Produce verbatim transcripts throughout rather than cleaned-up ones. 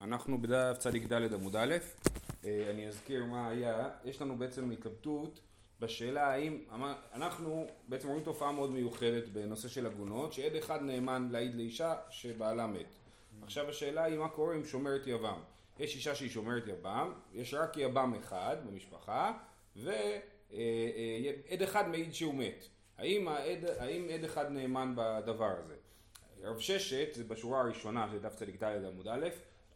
אנחנו בדף צדיק ד' עמוד א', אני אזכיר מה היה. יש לנו בעצם התלבטות בשאלה האם, אנחנו בעצם רואים תופעה מאוד מיוחדת בנושא של עגונות, שעד אחד נאמן להעיד לאישה שבעלה מת. עכשיו השאלה היא מה קורה עם שומרת יבם. יש אישה שהיא שומרת יבם, יש רק יבם אחד במשפחה, ועד אחד מעיד שהוא מת. האם העד, האם עד אחד נאמן בדבר הזה? רב ששת, זה בשורה הראשונה של דף צדיק ד' עמוד א',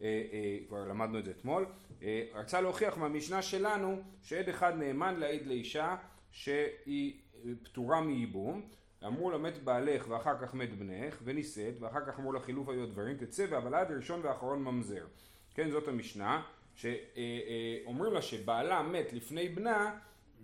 כבר למדנו את זה אתמול, רצה להוכיח מהמשנה שלנו שעד אחד נאמן להעיד לאישה שהיא פטורה מייבום. אמרו לה מת בעלך ואחר כך מת בנך ונישאת, ואחר כך אמרו לה חילוף היו דברים תצא והוולד ראשון ואחרון ממזר. כן, זאת המשנה שאומרים לה שבעלה מת לפני בנה,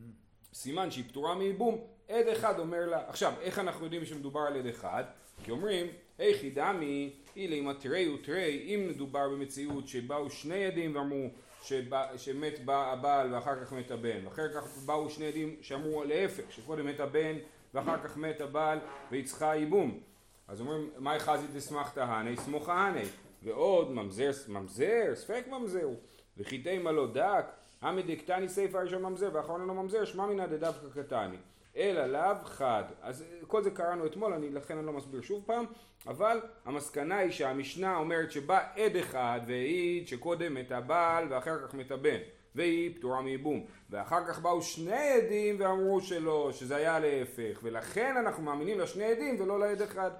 סימן שהיא פטורה מייבום. עד אחד אומר לה, עכשיו איך אנחנו יודעים שמדובר על עד אחד? כי אומרים היכי דמי אילי מה תראי ותראי, אם מדובר במציאות שבאו שני עדים ואמרו שבא, שמת הבעל ואחר כך מת הבן, ואחר כך באו שני עדים שאמרו להפך, שקודם מת הבן ואחר כך מת הבעל והיא צריכה ייבום, אז אומרים מה יחזית אסמכתא הני סמוך הני, ועוד ממזר ממזר ספק ממזר וחיטי מה לא דק המדקתני סייפה הראשון ממזר ואחרון לא ממזר שמע מינא דדווקא קטני אלא לאו חד. אז כל זה קראנו אתמול, אני לכן אני לא מסביר שוב פעם, אבל המסקנה היא שהמשנה אומרת שבא עד אחד והעיד שקודם מת הבעל ואחר כך מת הבן והיא פטורה מייבום, ואחר כך באו שני עדים ואמרו שלא, שזה היה להפך, ולכן אנחנו מאמינים לשני עדים ולא לעד אחד.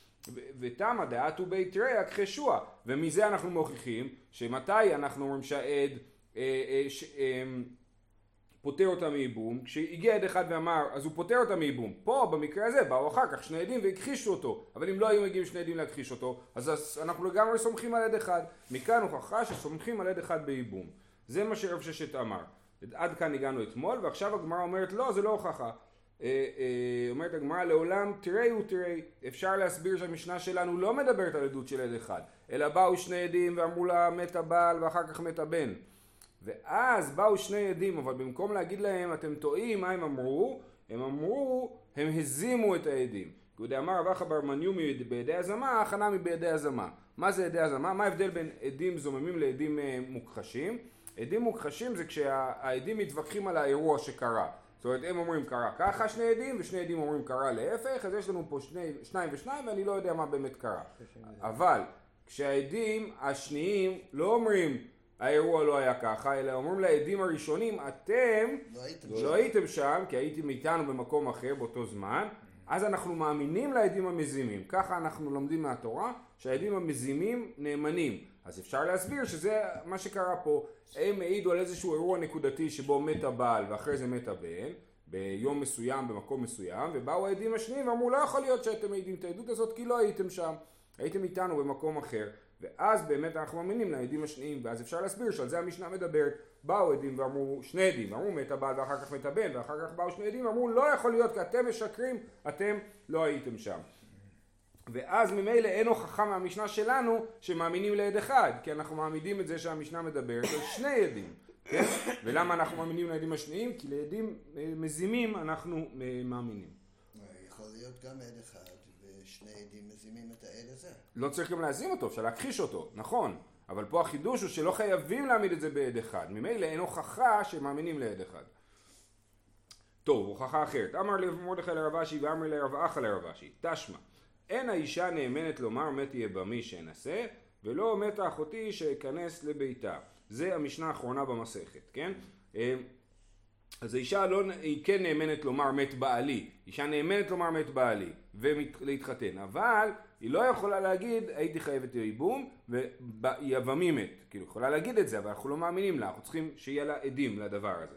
ותמה דעתו בית רע הכחשוה, ומזה אנחנו מוכיחים שמתי אנחנו אומרים שהעד אה, אה, ש, אה, פותר אותה מייבום. כשהגיע עד אחד ואמר אז הוא פותר אותה מייבום. פה במקרה הזה באו אחר כך שני עדים והכחישו אותו, אבל אם לא היו מגיעים שני עדים להכחיש אותו אז אנחנו לגמרי סומכים על עד אחד. מכאן הוכחה שסומכים על עד אחד בייבום. זה מה שרב ששת אמר. עד כאן הגענו אתמול, ועכשיו הגמרא אומרת לא, זה לא הוכחה. אומרת הגמרא לעולם תראי ותראי. אפשר להסביר שהמשנה שלנו לא מדברת על עדות של עד אחד, אלא באו שני עדים ואמרו לה מת הבעל ואחר כך מת הבן, ואז באו שני עדים, אבל במקום להגיד להם אתם טועים, מה הם אמרו? הם אמרו, הם הזימו את העדים. כדי אמר רב אחא בר מניומי בידי הזמה, הכנה מבידי הזמה. מה זה עדי הזמה? מה ההבדל בין עדים זוממים לעדים מוכחשים? עדים מוכחשים זה כשהעדים מתווכחים על האירוע שקרה. זאת אומרת, הם אומרים קרה ככה שני עדים, ושני עדים אומרים קרה להפך, אז יש לנו פה שני, שניים ושניים, ואני לא יודע מה באמת קרה. אבל כשהעדים השניים לא אומרים האירוע לא היה ככה, אלא אומרים לעדים הראשונים, אתם לא הייתם, לא שם. לא הייתם שם, כי הייתם איתנו במקום אחר באותו זמן, אז אנחנו מאמינים לעדים המזימים. ככה אנחנו לומדים מהתורה, שהעדים המזימים נאמנים. אז אפשר להסביר שזה מה שקרה פה. הם העידו על איזשהו אירוע נקודתי שבו מת הבעל ואחרי זה מת הבן, ביום מסוים, במקום מסוים, ובאו העדים השניים ואמרו, לא יכול להיות שאתם מעידים את העדות הזאת, כי לא הייתם שם, הייתם איתנו במקום אחר. ואז באמת אנחנו מאמינים לעדים השניים, ואז אפשר להסביר שעל זה המשנה מדברת. באו עדים ואמרו, שני עדים, אמרו מת הבעל ואחר כך מת הבן, ואחר כך באו שני עדים ואמרו לא יכול להיות כי אתם משקרים, אתם לא הייתם שם. ואז ממילא אין הוכחה מהמשנה שלנו שמאמינים לעד אחד, כי אנחנו מעמידים את זה שהמשנה מדברת על שני עדים, כן? ולמה אנחנו מאמינים לעדים השניים? כי לעדים מזימים אנחנו מאמינים. יכול להיות גם עד אחד ושני עדים מזימים את העד הזה. לא צריך גם להזים אותו, אפשר להכחיש אותו, נכון. אבל פה החידוש הוא שלא חייבים להעמיד את זה בעד אחד. ממילא אין הוכחה שמאמינים לעד אחד. טוב, הוכחה אחרת. אמר למרדכי לרב אשי ואמר לרב אחא לרב אשי, תשמע, אין האישה נאמנת לומר מת יבמי שאנסה, ולא מתה אחותי שיכנס לביתה. זה המשנה האחרונה במסכת, כן? אז האישה לא, היא כן נאמנת לומר מת בעלי, אישה נאמנת לומר מת בעלי ולהתחתן, אבל היא לא יכולה להגיד הייתי חייבת ייבום ויבמי מת, כאילו יכולה להגיד את זה, אבל אנחנו לא מאמינים לה, אנחנו צריכים שיהיה לה עדים לדבר הזה.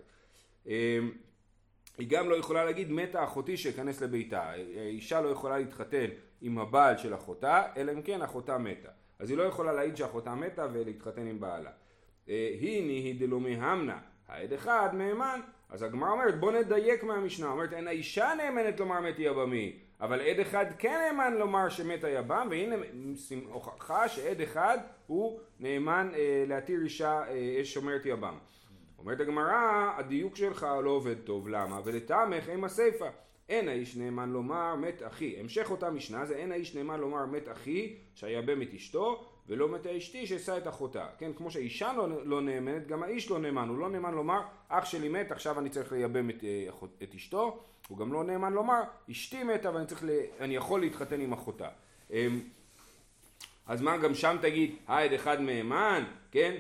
היא גם לא יכולה להגיד מתה אחותי שיכנס לביתה, אישה לא יכולה להתחתן עם הבעל של אחותה, אלא אם כן אחותה מתה, אז היא לא יכולה להעיד שאחותה מתה ולהתחתן עם בעלה. הנה היא דלומי המנה, העד אחד נאמן. אז הגמרא אומרת בוא נדייק מהמשנה, אומרת אין האישה נאמנת לומר מת יבמי, אבל עד אחד כן נאמן לומר שמת היבם, והנה הוכחה שעד אחד הוא נאמן אה, להתיר אישה אה, שומרת יבם. אומרת הגמרא הדיוק שלך לא עובד טוב, למה? ולטעמך עם הסיפה, אין האיש נאמן לומר מת אחי. המשך אותה משנה זה אין האיש נאמן לומר מת אחי שהיבם את אשתו, ולא מתה אשתי שאשא את אחותה. כן, כמו שהאישה לא, לא נאמנת, גם האיש לא נאמן. הוא לא נאמן לומר, אח שלי מת, עכשיו אני צריך לייבם את, את אשתו. הוא גם לא נאמן לומר, אשתי מתה ואני צריך ל... אני יכול להתחתן עם אחותה. אז מה, גם שם תגיד, העד אחד נאמן, כן?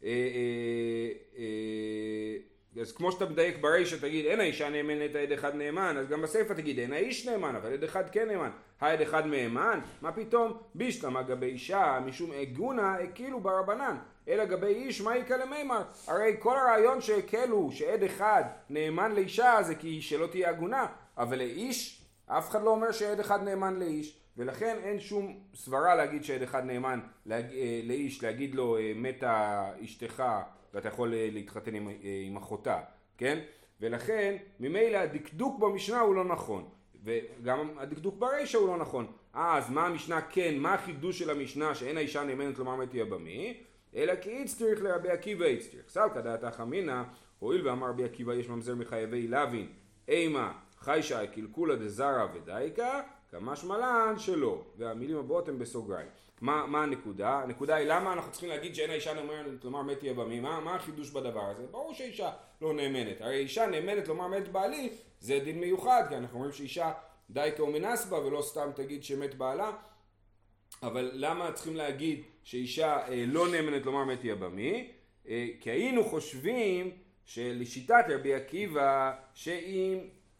אז כמו שאתה מדייק ברישא תגיד, אין האישה נאמנת, העד אחד נאמן, אז גם בספר תגיד, אין האיש נאמן, אבל עד אחד כן נאמן. העד אחד נאמן, מה פתאום? בישלמה גבי אישה, משום עגונה, הקילו ברבנן. אלא גבי איש, מה יקה למימר? הרי כל הרעיון שהקלו, שעד אחד נאמן לאישה, זה כי שלא תהיה עגונה, אבל לאיש, אף אחד לא אומר שעד אחד נאמן לאיש, ולכן אין שום סברה להגיד שעד אחד נאמן להג... לאיש, להגיד לו מתה אשתך, ואתה יכול להתחתן עם, עם אחותה, כן? ולכן ממילא הדקדוק במשנה הוא לא נכון, וגם הדקדוק ברישא הוא לא נכון. אז מה המשנה כן, מה החידוש של המשנה שאין האישה נאמנת לומר מת יבמי? אלא כי הצטריך לרבי עקיבא הצטריך. סלקא דעתך אמינא, הואיל ואמר רבי עקיבא יש ממזר מחייבי לוין, אימה חיישא קלקולא דזרא ודייקה, כמשמע לן שלא. והמילים הבאות הן בסוגריים. מה, מה הנקודה? הנקודה היא למה אנחנו צריכים להגיד שאין האישה נאמנת לומר מת יבמי? מה, מה החידוש בדבר הזה? ברור שאישה לא נאמנת. הרי אישה נאמנת לומר מת בעלי, זה דין מיוחד, כי אנחנו אומרים שאישה דייקה ומנסבה ולא סתם תגיד שמת בעלה. אבל למה צריכים להגיד שאישה אה, לא נאמנת לומר מת יבמי? אה, כי היינו חושבים שלשיטת רבי עקיבא שאם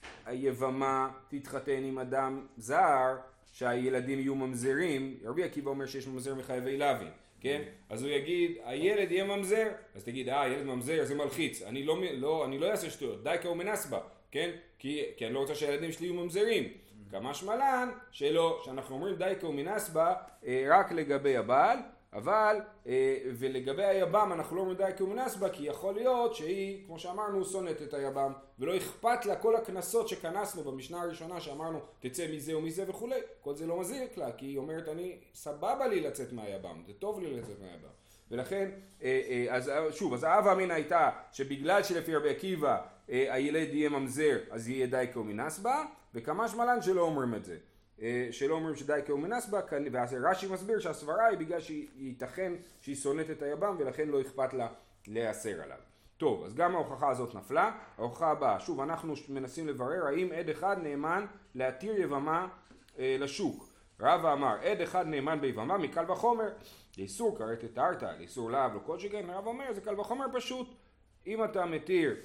היבמה תתחתן עם אדם זר, שהילדים יהיו ממזרים, רבי עקיבא אומר שיש ממזר מחייבי לוין, כן? אז הוא יגיד, הילד יהיה ממזר, אז תגיד, אה, הילד ממזר, זה מלחיץ, אני לא, לא, אני לא אעשה שטויות, דייקה ומנסבה, כן? כי, כי אני לא רוצה שהילדים שלי יהיו ממזרים. כמשמע לן שלא, שאנחנו אומרים דייקה ומנסבה רק לגבי הבעל, אבל ולגבי היבם אנחנו לא אומרים דייקה ומנסבה, כי יכול להיות שהיא, כמו שאמרנו, שונאת את היבם, ולא אכפת לה כל הכנסות שכנסנו במשנה הראשונה שאמרנו תצא מזה ומזה וכו', כל זה לא מזיק לה, כי היא אומרת אני סבבה לי לצאת מהיבם, זה טוב לי לצאת מהיבם. ולכן, אז שוב, אז האב אמינא הייתה שבגלל שלפי רבי עקיבא הילד יהיה ממזר, אז יהיה דייקה ומנסבה, וכמשמע לן שלא אומרים את זה. שלא אומרים שדייקה ומנסבה, ואז רש"י מסביר שהסברה היא בגלל שייתכן שהיא שונאת את היבם, ולכן לא אכפת לה להיאסר עליו. טוב, אז גם ההוכחה הזאת נפלה. ההוכחה הבאה, שוב, אנחנו מנסים לברר האם עד אחד נאמן להתיר יבמה אה, לשוק. רבא אמר, עד אחד נאמן ביבמה מקל וחומר, לאיסור כרת התרת, לאיסור להב, לא כל שכן. רבא אומר, זה קל וחומר פשוט. אם אתה מתיר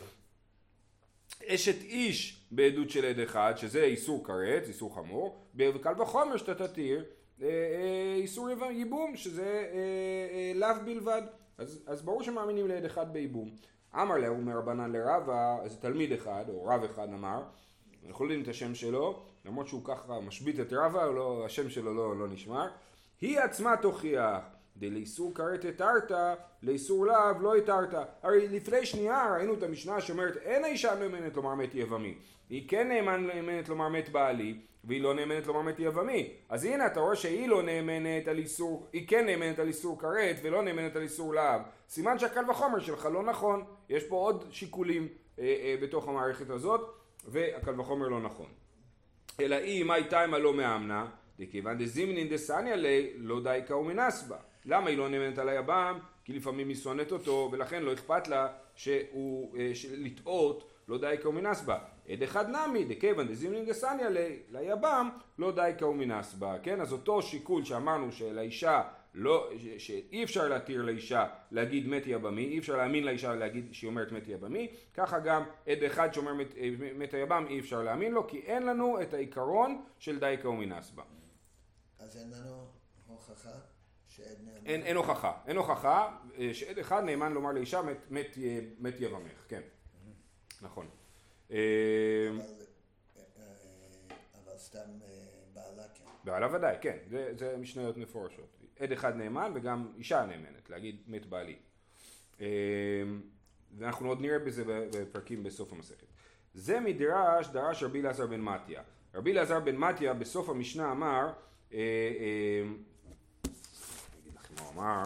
אשת איש בעדות של עד אחד, שזה איסור כרת, איסור חמור, וקל וחומר שאתה תתיר אה, אה, איסור ייבום, שזה אה, אה, להב בלבד. אז, אז ברור שמאמינים לעד אחד בייבום. אמר לה, הוא מרבנן לרבא, איזה תלמיד אחד, או רב אחד אמר, אנחנו יודעים את השם שלו, למרות שהוא ככה משביט את רבא, לא, השם שלו לא, לא נשמר. היא עצמה תוכיח, דלאיסור כרת התרת, לאיסור להב לא התרת. הרי לפני שנייה ראינו את המשנה שאומרת, אין האישה נאמנת לומר מת יבמי. היא כן נאמנת לומר מת בעלי, והיא לא נאמנת לומר מת יבמי. אז הנה אתה רואה שהיא לא נאמנת על איסור, היא כן נאמנת על איסור כרת ולא נאמנת על איסור להב. סימן שהקל וחומר שלך לא נכון. יש פה עוד שיקולים אה, אה, בתוך המערכת הזאת, והקל וחומר לא נכון. אלא היא, מה הייתה אם הלא מאמנה? דכיוון דזימנין דסניה לי לא דייקה ומנסבה. למה היא לא נאמנת על היבם? כי לפעמים היא שונאת אותו, ולכן לא אכפת לה שהוא אה, לטעות לא דייקה ומנסבה. עד אחד נמי, דכיוון דזימנין דסניה ליבם, לא דייקה ומנסבה. כן, אז אותו שיקול שאמרנו שלאישה, לא, שאי אפשר להתיר לאישה להגיד מת יבמי, אי אפשר להאמין לאישה להגיד שהיא אומרת מת יבמי, ככה גם עד אחד שאומר מת, מת היבם אי אפשר להאמין לו, כי אין לנו את העיקרון של דייקה ומנסבה. אז אין לנו הוכחה שעד נאמן? אין, אין הוכחה, אין הוכחה שעד אחד נאמן לומר לאישה מת, מת, מת יבמך, כן, נכון. אבל, אבל סתם בעלה כן. בעלה ודאי, כן, זה, זה משניות מפורשות. עד אחד נאמן וגם אישה נאמנת, להגיד מת בעלי. ואנחנו עוד נראה בזה בפרקים בסוף המסכת. זה מדרש, דרש רבי אלעזר בן מתיה. רבי אלעזר בן מתיה בסוף המשנה אמר, אני אגיד לכם מה הוא אמר,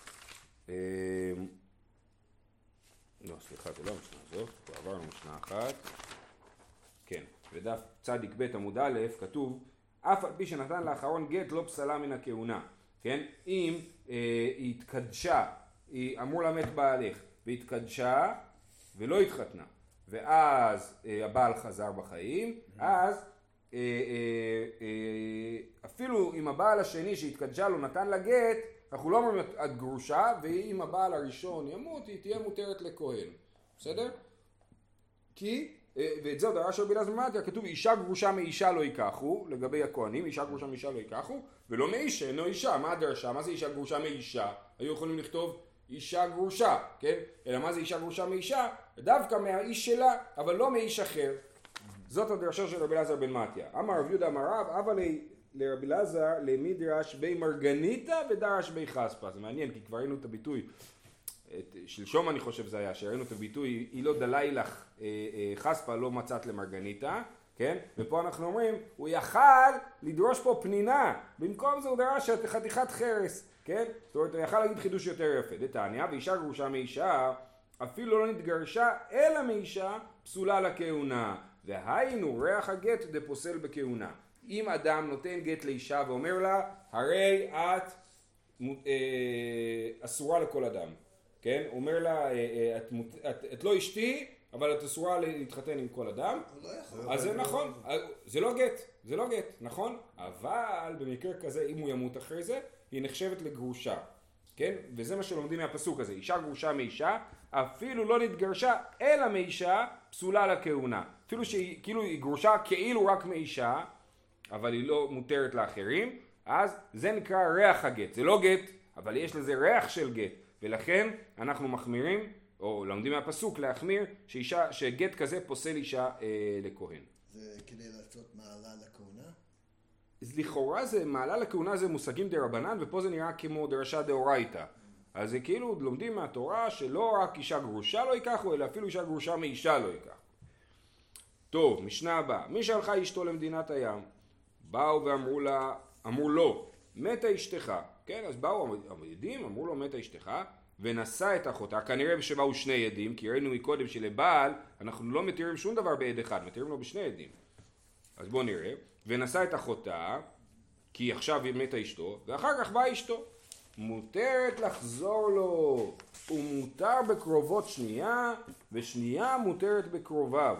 לא, סליחה, זה לא המשנה הזאת, כבר עברנו משנה אחת. כן, בדף צדיק ב' עמוד א' כתוב, אף על פי שנתן לאחרון גט לא פסלה מן הכהונה. כן? אם אה, היא התקדשה, היא אמור למת בעלך, והתקדשה ולא התחתנה, ואז אה, הבעל חזר בחיים, אז אה, אה, אה, אפילו אם הבעל השני שהתקדשה לו נתן לה גט, אנחנו לא אומרים את גרושה, ואם הבעל הראשון ימות, היא תהיה מותרת לכהן. בסדר? כי, ואת זה דרש רבי אלעזר בן מתתיה, כתוב אישה גרושה מאישה לא ייקחו, לגבי הכהנים, אישה גרושה מאישה לא ייקחו, ולא מאיש שאינו אישה. מה הדרשה? מה זה אישה גרושה מאישה? היו יכולים לכתוב אישה גרושה, כן? אלא מה זה אישה גרושה מאישה? דווקא מהאיש שלה, אבל לא מאיש אחר. זאת הדרשה של רבי אלעזר בן מתתיה. אמר רב יהודה אמר רב, אבל לרבי אלעזר למדרש בי מרגניתא ודרש בי חספא. זה מעניין, כי כבר ראינו את הביטוי, את, שלשום אני חושב זה היה, שראינו את הביטוי, היא לא דלי לך אה, אה, חספא לא מצאת למרגניתא, כן? ופה אנחנו אומרים, הוא יכל לדרוש פה פנינה, במקום זה הוא דרש חתיכת חרס, כן? זאת אומרת, הוא יכל להגיד חידוש יותר יפה. דתניא, ואישה גרושה מאישה, אפילו לא נתגרשה, אלא מאישה פסולה לכהונה. והיינו ריח הגט דפוסל בכהונה. אם אדם נותן גט לאישה ואומר לה, הרי את אה, אסורה לכל אדם. כן? הוא אומר לה, את, את, את, את לא אשתי, אבל את אסורה להתחתן עם כל אדם. הוא לא יכול. אז זה נכון, זה לא גט, זה לא גט, נכון? אבל במקרה כזה, אם הוא ימות אחרי זה, היא נחשבת לגרושה. כן? וזה מה שלומדים מהפסוק הזה. אישה גרושה מאישה, אפילו לא נתגרשה, אלא מאישה, פסולה לכהונה. אפילו שהיא כאילו היא גרושה כאילו רק מאישה, אבל היא לא מותרת לאחרים, אז זה נקרא ריח הגט. זה לא גט, אבל יש לזה ריח של גט. ולכן אנחנו מחמירים, או לומדים מהפסוק להחמיר, שאישה, שגט כזה פוסל אישה אה, לכהן. זה כדי לעשות מעלה לכהונה? אז לכאורה זה, מעלה לכהונה זה מושגים דרבנן, ופה זה נראה כמו דרשה דאורייתא. אז זה כאילו לומדים מהתורה שלא רק אישה גרושה לא ייקחו, אלא אפילו אישה גרושה מאישה לא ייקחו. טוב, משנה הבאה. מי שהלכה אשתו למדינת הים, באו ואמרו לה, אמרו לו, מתה אשתך. כן, אז באו עדים, אמרו לו מתה אשתך, ונשא את אחותה, כנראה שבאו שני עדים, כי ראינו מקודם שלבעל אנחנו לא מתירים שום דבר בעד אחד, מתירים לו בשני עדים. אז בואו נראה, ונשא את אחותה, כי עכשיו היא מתה אשתו, ואחר כך באה אשתו. מותרת לחזור לו, ומותר בקרובות שנייה, ושנייה מותרת בקרוביו.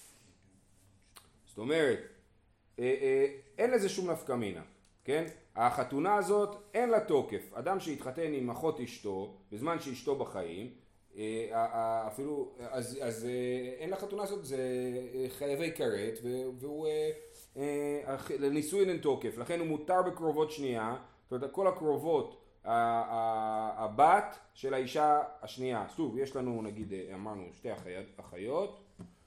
זאת אומרת, אה, אה, אין לזה שום נפקא מינה, כן? החתונה הזאת אין לה תוקף. אדם שהתחתן עם אחות אשתו, בזמן שאשתו בחיים, אפילו, אז, אז אין לה חתונה הזאת, זה חייבי כרת, והוא, לנישואין אין תוקף, לכן הוא מותר בקרובות שנייה, זאת אומרת, כל הקרובות, הבת של האישה השנייה, שוב, יש לנו, נגיד, אמרנו, שתי אחיות,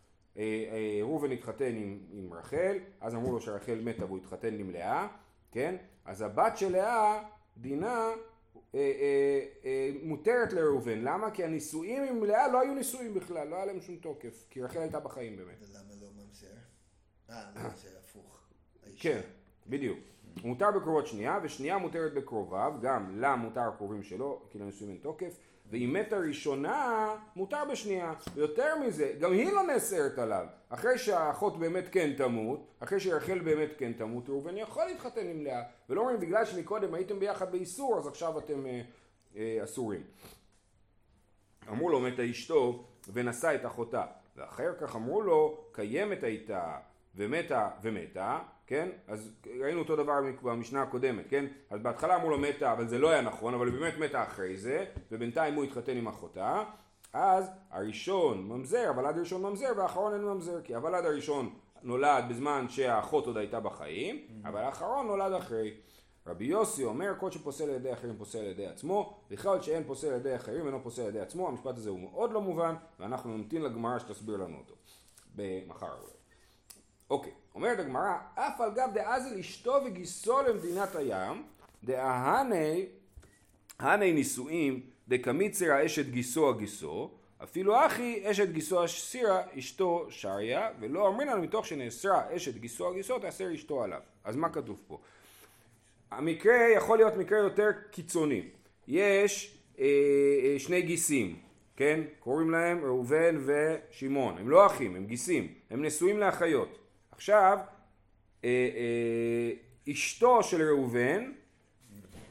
ראובן התחתן עם, עם רחל, אז אמרו לו שרחל מתה והוא התחתן עם לאה, כן? אז הבת של לאה, דינה, אה, אה, אה, מותרת לראובן. למה? כי הנישואים עם לאה לא היו נישואים בכלל, לא היה להם שום תוקף, כי רחל הייתה בחיים באמת. ולמה לא ממזר? אה, לא, זה הפוך. כן, בדיוק. מותר בקרובות שנייה, ושנייה מותרת בקרוביו, גם לה מותר הקרובים שלו, כי לנישואים אין תוקף, ואם מתה ראשונה, מותר בשנייה. ויותר מזה, גם היא לא נאסרת עליו. אחרי שהאחות באמת כן תמות, אחרי שרחל באמת כן תמות, ראובן יכול להתחתן עם לאה. ולא אומרים, בגלל שמקודם הייתם ביחד באיסור, אז עכשיו אתם אה, אה, אסורים. אמרו לו, מתה אשתו, ונשא את אחותה. ואחר כך אמרו לו, קיימת הייתה, ומתה ומתה, כן? אז ראינו אותו דבר במשנה הקודמת, כן? אז בהתחלה אמרו לו מתה, אבל זה לא היה נכון, אבל הוא באמת מתה אחרי זה, ובינתיים הוא התחתן עם אחותה, אז הראשון ממזר, אבל עד הראשון ממזר, והאחרון אין ממזר, כי אבל עד הראשון נולד בזמן שהאחות עוד הייתה בחיים, אבל האחרון נולד אחרי. רבי יוסי אומר, כל שפוסל על ידי אחרים פוסל על ידי עצמו, בכלל שאין פוסל על ידי אחרים אינו פוסל על ידי עצמו. המשפט הזה הוא מאוד לא מובן, ואנחנו נמתין לגמרא שתסביר לנו אותו במחר. אוקיי, אומרת הגמרא, אף על גב דאזל אשתו וגיסו למדינת הים, דאהני, הני נישואים דקמיצר האשת גיסו הגיסו, אפילו אחי אשת גיסו הסירה אשתו שריה, ולא אומרים לנו מתוך שנאסרה אשת גיסו הגיסו תאסר אשתו עליו. אז מה כתוב פה? המקרה יכול להיות מקרה יותר קיצוני. יש אה, אה, שני גיסים, כן? קוראים להם ראובן ושמעון. הם לא אחים, הם גיסים. הם נשואים לאחיות. עכשיו, אה, אה, אשתו של ראובן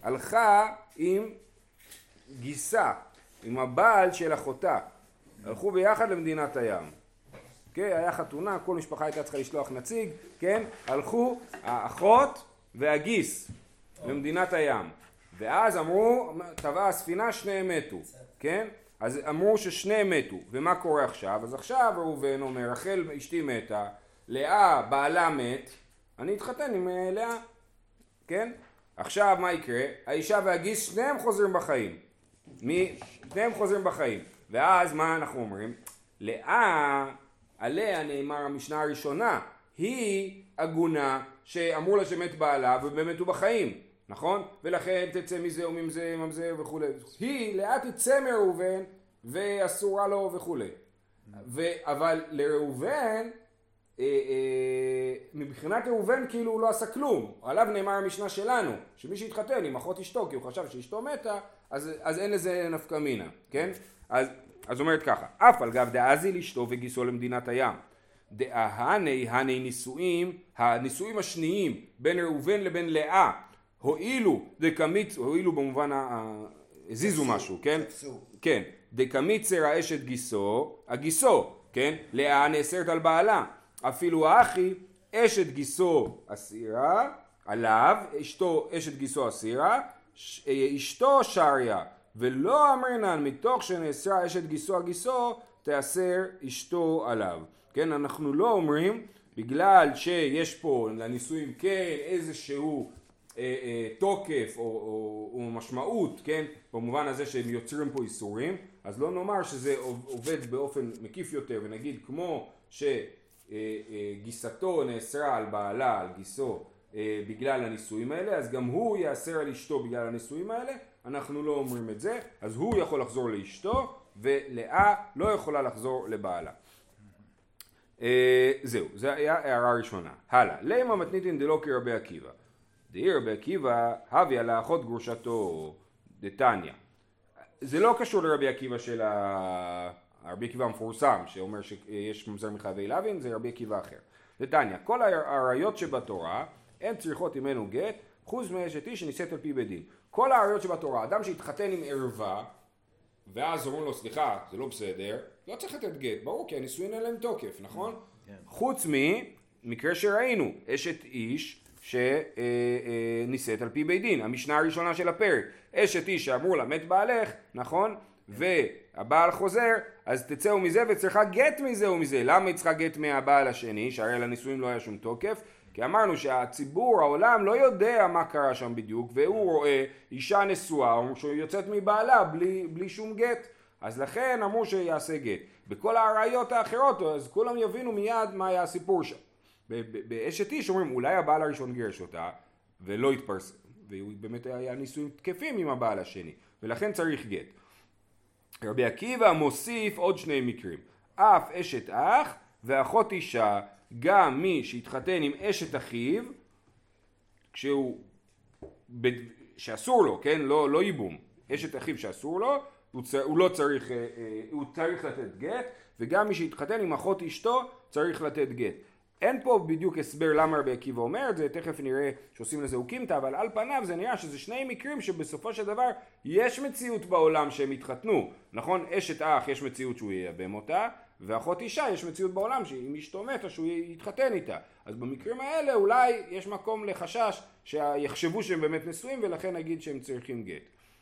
הלכה עם גיסה, עם הבעל של אחותה. הלכו ביחד למדינת הים. כן, היה חתונה, כל משפחה הייתה צריכה לשלוח נציג, כן? הלכו האחות והגיס למדינת הים. ואז אמרו, טבעה הספינה, שניהם מתו, כן? אז אמרו ששניהם מתו. ומה קורה עכשיו? אז עכשיו ראובן אומר, רחל אשתי מתה, לאה בעלה מת, אני אתחתן עם לאה, כן? עכשיו מה יקרה? האישה והגיס שניהם חוזרים בחיים. מי? שניהם חוזרים בחיים. ואז מה אנחנו אומרים? לאה, עליה נאמר המשנה הראשונה, היא עגונה שאמרו לה שמת בעלה ובאמת הוא בחיים, נכון? ולכן תצא מזה וממזה ממזה וכו'. היא, לאה תצא מראובן ואסורה לו וכו'. אבל לראובן, אה, אה, מבחינת ראובן כאילו הוא לא עשה כלום. עליו נאמר המשנה שלנו, שמי שהתחתן עם אחות אשתו כי הוא חשב שאשתו מתה, אז, אז אין לזה נפקא מינה, כן? אז, אז אומרת ככה, אף על גב דאזי לאשתו וגיסו למדינת הים. דאהני הני נישואים, הנישואים השניים בין ראובן לבין לאה, הועילו דקמיץ, הועילו במובן, הזיזו משהו, כן? כן, דקמיצר האשת גיסו, הגיסו, כן? לאה נאסרת על בעלה, אפילו האחי, אשת גיסו אסירה, עליו, אשתו, אשת גיסו אסירה, אשתו שריה, ולא אמרנן מתוך שנאסרה אשת גיסו הגיסו, תאסר אשתו עליו. כן, אנחנו לא אומרים, בגלל שיש פה לנישואים כן איזשהו אה, אה, תוקף או, או, או משמעות, כן, במובן הזה שהם יוצרים פה איסורים, אז לא נאמר שזה עובד באופן מקיף יותר, ונגיד כמו שגיסתו נאסרה על בעלה, על גיסו, אה, בגלל הנישואים האלה, אז גם הוא יאסר על אשתו בגלל הנישואים האלה, אנחנו לא אומרים את זה, אז הוא יכול לחזור לאשתו, ולאה לא יכולה לחזור לבעלה. זהו, זה היה הערה ראשונה. הלאה, למה מתניתין דלא כרבי עקיבא? דהי רבי עקיבא, הביא על האחות גרושתו דתניא. זה לא קשור לרבי עקיבא של הרבי עקיבא המפורסם, שאומר שיש ממזר מחייבי לוין, זה רבי עקיבא אחר. דתניא, כל העריות שבתורה, הן צריכות ממנו גט, חוץ מאשת איש שנישאת על פי בית דין. כל העריות שבתורה, אדם שהתחתן עם ערווה, ואז אומרים לו, סליחה, זה לא בסדר, לא צריך לתת גט, ברור, כי הנישואין אין להם תוקף, נכון? כן. חוץ ממקרה שראינו, אשת איש שנישאת על פי בית דין, המשנה הראשונה של הפרק, אשת איש שאמרו לה, מת בעלך, נכון? והבעל חוזר, אז תצאו מזה וצריכה גט מזה ומזה. למה היא צריכה גט מהבעל השני, שהרי לנישואין לא היה שום תוקף? כי אמרנו שהציבור, העולם לא יודע מה קרה שם בדיוק, והוא רואה אישה נשואה, שהוא יוצאת מבעלה בלי, בלי שום גט, אז לכן אמרו שיעשה גט. בכל הראיות האחרות, אז כולם יבינו מיד מה היה הסיפור שם. באשת איש אומרים, אולי הבעל הראשון גירש אותה, ולא התפרסם, והוא באמת היה נישואים תקפים עם הבעל השני, ולכן צריך גט. רבי עקיבא מוסיף עוד שני מקרים, אף אשת אח ואחות אישה, גם מי שהתחתן עם אשת אחיו, כשהוא, שאסור לו, כן, לא, לא ייבום, אשת אחיו שאסור לו, הוא, צר, הוא לא צריך, הוא צריך לתת גט, וגם מי שהתחתן עם אחות אשתו צריך לתת גט. אין פה בדיוק הסבר למה רבי עקיבא אומר את זה, תכף נראה שעושים לזה אוקימתא, אבל על פניו זה נראה שזה שני מקרים שבסופו של דבר יש מציאות בעולם שהם התחתנו, נכון? אשת אח יש מציאות שהוא ייבם אותה, ואחות אישה יש מציאות בעולם שאם אשתו מתה שהוא יתחתן איתה. אז במקרים האלה אולי יש מקום לחשש שיחשבו שהם באמת נשואים ולכן נגיד שהם צריכים גט.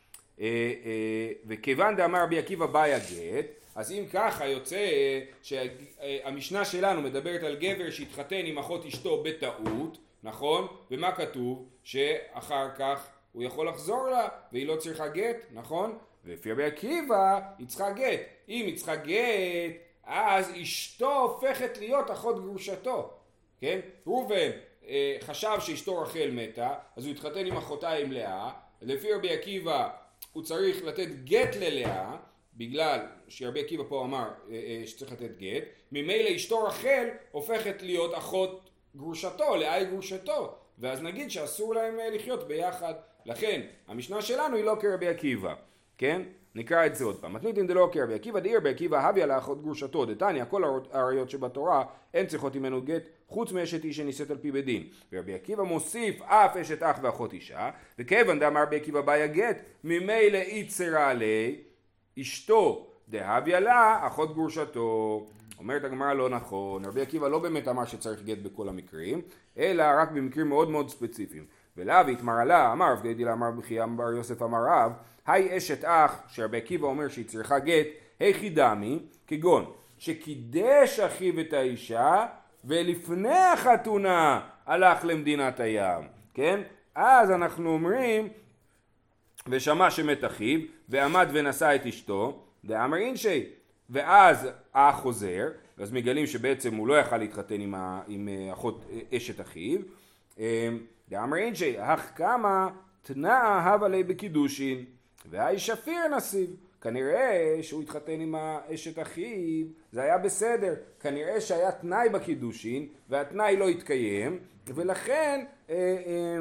וכיוון דאמר רבי עקיבא באי הגט, אז אם ככה יוצא שהמשנה שלנו מדברת על גבר שהתחתן עם אחות אשתו בטעות, נכון? ומה כתוב? שאחר כך הוא יכול לחזור לה והיא לא צריכה גט, נכון? ולפי רבי עקיבא היא צריכה גט. אם היא צריכה גט, אז אשתו הופכת להיות אחות גרושתו, כן? ראובן אה, חשב שאשתו רחל מתה, אז הוא התחתן עם אחותה עם לאה, לפי רבי עקיבא הוא צריך לתת גט ללאה, בגלל שרבי עקיבא פה אמר אה, אה, שצריך לתת גט, ממילא אשתו רחל הופכת להיות אחות גרושתו, לאה היא גרושתו, ואז נגיד שאסור להם אה, לחיות ביחד, לכן המשנה שלנו היא לא כרבי עקיבא, כן? נקרא את זה עוד פעם. מתניתין דלא כרבי עקיבא דאיר בעקיבא הביא לאחות גרושתו דתניא כל העריות שבתורה אין צריכות ממנו גט חוץ מאשת איש שנישאת על פי בדין. ורבי עקיבא מוסיף אף אשת אח ואחות אישה, וכיוון דאמר רבי עקיבא באי הגט ממילא איצרה עלי אשתו דהביא לה אחות גרושתו. אומרת הגמרא לא נכון, רבי עקיבא לא באמת אמר שצריך גט בכל המקרים, אלא רק במקרים מאוד מאוד ספציפיים. ולאו התמר לה, אמר רב גדילה אמר בחייא בר יוסף אמר רב, היי אשת אח שרבי עקיבא אומר שהיא צריכה גט, היכי דמי, כגון שקידש אחיו את האישה ולפני החתונה הלך למדינת הים, כן? אז אנחנו אומרים ושמע שמת אחיו ועמד ונשא את אשתו, דאמר אינשי, ואז האח חוזר, אז מגלים שבעצם הוא לא יכל להתחתן עם, ה, עם אחות אשת אחיו, דאמר אינשי, אך כמה תנאה הווה לי בקידושין, והאי שפיר נסיב. כנראה שהוא התחתן עם האשת אחיו, זה היה בסדר, כנראה שהיה תנאי בקידושין, והתנאי לא התקיים, ולכן, אה, אה,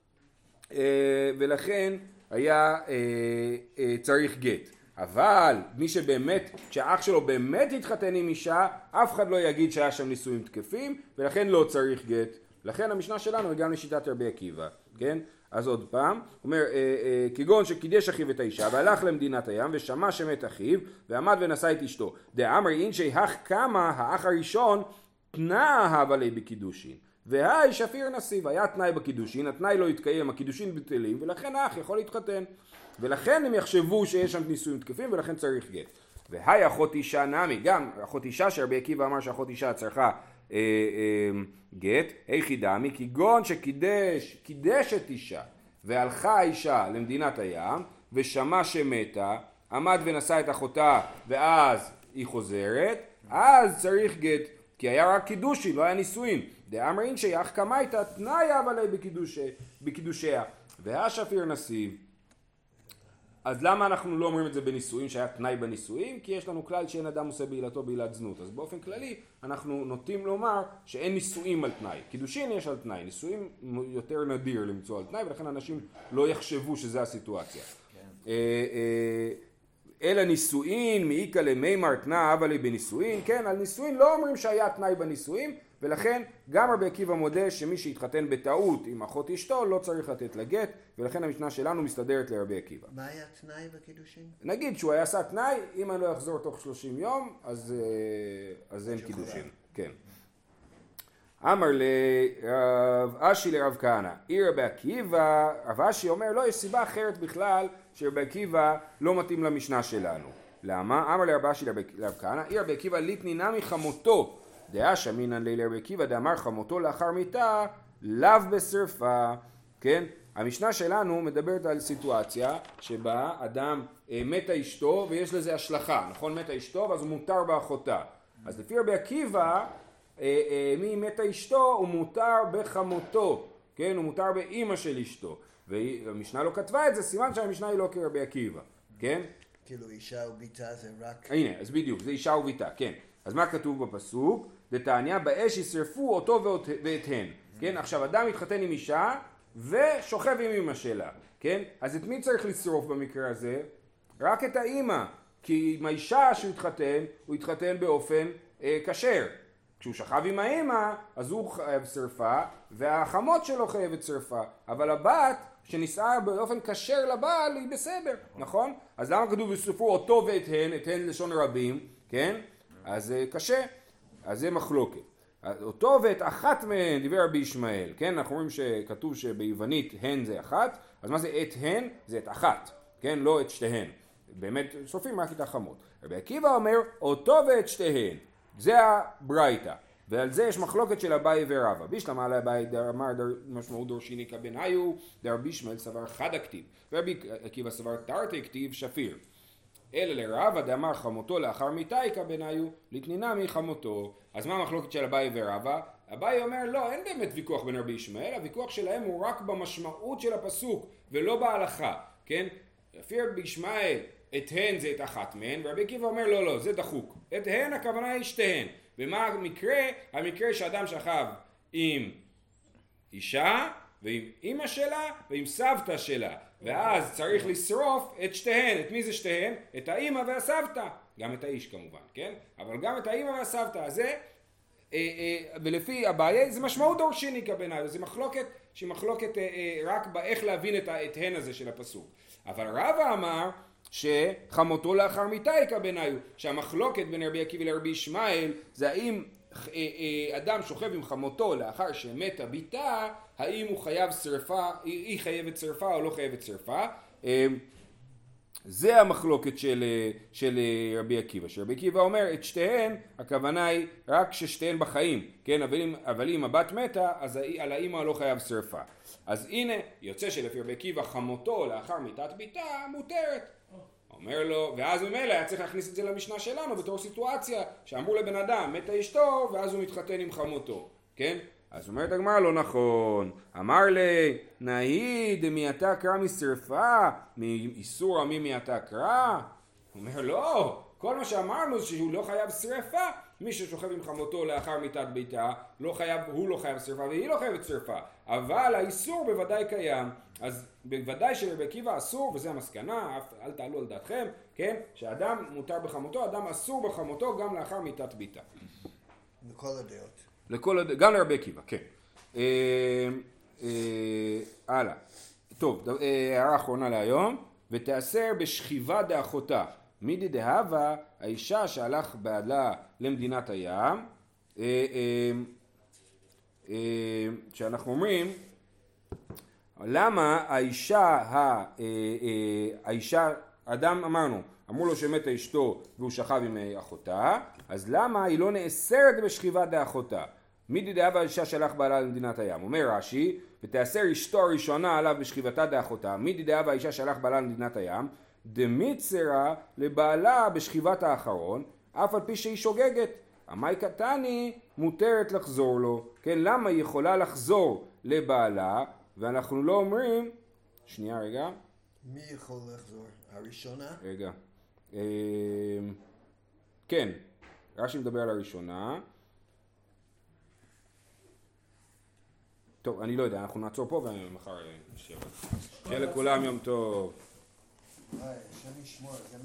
אה, ולכן היה אה, אה, צריך גט. אבל מי שבאמת, כשהאח שלו באמת התחתן עם אישה, אף אחד לא יגיד שהיה שם נישואים תקפים, ולכן לא צריך גט. לכן המשנה שלנו היא גם לשיטת רבי עקיבא, כן? אז עוד פעם, אומר, אה, אה, כגון שקידש אחיו את האישה, והלך למדינת הים, ושמע שמת אחיו, ועמד ונשא את אשתו. דאמר אינשי הך כמה האח הראשון תנאה הווה לי בקידושין. והי שפיר נסיב, היה תנאי בקידושין, התנאי לא התקיים, הקידושין בטלים, ולכן האח יכול להתחתן. ולכן הם יחשבו שיש שם נישואים תקפים, ולכן צריך גט. והי אחות אישה נמי, גם אחות אישה שרבי עקיבא אמר שאחות אישה צריכה אה, אה, גט, היכי דמי, כגון שקידש, קידש את אישה, והלכה האישה למדינת הים, ושמע שמתה, עמד ונשא את אחותה, ואז היא חוזרת, אז צריך גט, כי היה רק קידושין, לא היה נישואים. דאמר אינשי אך כמה הייתה תנאי אבל בקידושיה, והשפיר נסיב. אז למה אנחנו לא אומרים את זה בנישואים שהיה תנאי בנישואים? כי יש לנו כלל שאין אדם עושה בעילתו בעילת זנות. אז באופן כללי אנחנו נוטים לומר שאין נישואים על תנאי. קידושין יש על תנאי, נישואים יותר נדיר למצוא על תנאי, ולכן אנשים לא יחשבו שזה הסיטואציה. כן. אלא נישואין, מאיקא למימר תנא הווה לי בנישואין, כן, על נישואין לא אומרים שהיה תנאי בנישואין, ולכן גם רבי עקיבא מודה שמי שהתחתן בטעות עם אחות אשתו לא צריך לתת לה גט, ולכן המשנה שלנו מסתדרת לרבי עקיבא. מה היה תנאי בקידושין? נגיד שהוא היה עשה תנאי, אם אני לא אחזור תוך שלושים יום, אז, אז אין קידושין. כן. אמר לרב אשי לרב כהנא, אי רבי עקיבא, רב אשי אומר, לא, יש סיבה אחרת בכלל שרבי עקיבא לא מתאים למשנה שלנו. למה? אמר לרב אשי לרב כהנא, אי רבי עקיבא ליטני נמי חמותו, דעה שמינן לי לרבי עקיבא, דאמר חמותו לאחר מיתה, לאו בשרפה. כן? המשנה שלנו מדברת על סיטואציה שבה אדם אה, מתה אשתו ויש לזה השלכה, נכון? מתה אשתו ואז הוא מותר באחותה. אז לפי רבי עקיבא, אה, אה, מי מתה אשתו הוא מותר בחמותו, כן? הוא מותר באמא של אשתו. והמשנה לא כתבה את זה, סימן שהמשנה היא לא כרבי עקיבא, כן? כאילו אישה וביתה זה רק... הנה, אז בדיוק, זה אישה וביתה, כן. אז מה כתוב בפסוק? דתניא באש ישרפו אותו ואת הן. כן? עכשיו אדם מתחתן עם אישה ושוכב עם אמא שלה, כן? אז את מי צריך לשרוף במקרה הזה? רק את האמא, כי עם האישה שהוא התחתן, הוא התחתן באופן אה, כשר. כשהוא שכב עם האמא, אז הוא חייב שרפה, והחמות שלו חייבת שרפה. אבל הבת שנישאה באופן כשר לבעל היא בסדר, נכון? אז למה כתוב ישרפו אותו ואת הן, את הן לשון רבים, כן? אז זה קשה, אז זה מחלוקת. אותו ואת אחת מהן דיבר רבי ישמעאל, כן? אנחנו רואים שכתוב שביוונית הן זה אחת, אז מה זה את הן? זה את אחת, כן? לא את שתיהן. באמת שורפים רק את החמות. רבי עקיבא אומר אותו ואת שתיהן, זה הברייתא, ועל זה יש מחלוקת של אביי ורבא. בישלמה על אביי אמר משמעות דורשיניקה בניו, דרבי ישמעאל סבר חד הכתיב, ורבי עקיבא סבר תרתי כתיב שפיר. אלא לרבא דאמר חמותו לאחר מיתאיקה בניו, לתנינה מחמותו. אז מה המחלוקת של אביי ורבא? אביי אומר לא, אין באמת ויכוח בין רבי ישמעאל, הוויכוח שלהם הוא רק במשמעות של הפסוק ולא בהלכה, כן? לפי רבי ישמעאל את הן זה את אחת מהן, ורבי עקיבא אומר לא לא, זה דחוק. את הן הכוונה היא שתיהן. ומה המקרה? המקרה שאדם שכב עם אישה ועם אמא שלה ועם סבתא שלה. ואז צריך לשרוף את שתיהן. את מי זה שתיהן? את האמא והסבתא. גם את האיש כמובן, כן? אבל גם את האמא והסבתא. אז זה, אה, אה, ולפי הבעיה, זה משמעות דורשיניקה בעיניי. זה מחלוקת שהיא מחלוקת אה, אה, רק באיך להבין את, את הן הזה של הפסוק. אבל רבא אמר שחמותו לאחר מיתאיקה בעיניי. שהמחלוקת בין רבי עקיבא לרבי ישמעאל זה האם אדם שוכב עם חמותו לאחר שמתה ביתה, האם הוא חייב שרפה, היא חייבת שרפה או לא חייבת שרפה. זה המחלוקת של, של רבי עקיבא. שרבי עקיבא אומר את שתיהן, הכוונה היא רק ששתיהן בחיים, כן? אבל אם, אבל אם הבת מתה, אז על האמא לא חייב שרפה. אז הנה, יוצא שלפי רבי עקיבא חמותו לאחר מיתת ביתה מותרת. אומר לו, ואז ממילא היה צריך להכניס את זה למשנה שלנו בתור סיטואציה שאמרו לבן אדם, מתה אשתו, ואז הוא מתחתן עם חמותו, כן? אז אומרת הגמרא, לא נכון. אמר לי, נהי דמייתה קרא משרפה, מאיסור עמי מייתה קרא? אומר, לא, כל מה שאמרנו זה שהוא לא חייב שרפה. מי ששוכב עם חמותו לאחר מיתת ביתה, לא חייב, הוא לא חייב שרפה והיא לא חייבת שרפה. אבל האיסור בוודאי קיים. אז בוודאי שרבי עקיבא אסור, וזה המסקנה, אל תעלו על דעתכם, כן? שאדם מותר בחמותו, אדם אסור בחמותו גם לאחר מיתת ביתה. לכל הדעות. לכל הד... גם לרבי עקיבא, כן. אה, אה, הלאה. טוב, הערה אחרונה להיום. ותאסר בשכיבה דאחותה. מידי דהבה, האישה שהלך בעלה למדינת הים, אה, אה, אה, שאנחנו אומרים, למה האישה, ה, אה, אה, האישה, אדם אמרנו, אמרו לו שמתה אשתו והוא שכב עם אחותה, אז למה היא לא נאסרת בשכיבה דאחותה? מידי דהבה האישה שהלך בעלה למדינת הים. אומר רש"י, ותאסר אשתו הראשונה עליו בשכיבתה דאחותה. מידי דהבה האישה שהלך בעלה למדינת הים, דמיצרה לבעלה בשכיבת האחרון, אף על פי שהיא שוגגת. המאי קטני מותרת לחזור לו. כן, למה היא יכולה לחזור לבעלה, ואנחנו לא אומרים, שנייה רגע. מי יכול לחזור? הראשונה? רגע. אה, כן, רש"י מדבר על הראשונה. טוב, אני לא יודע, אנחנו נעצור פה ומחר נשאר. שיהיה לכולם יום טוב. היי, השם ישמור.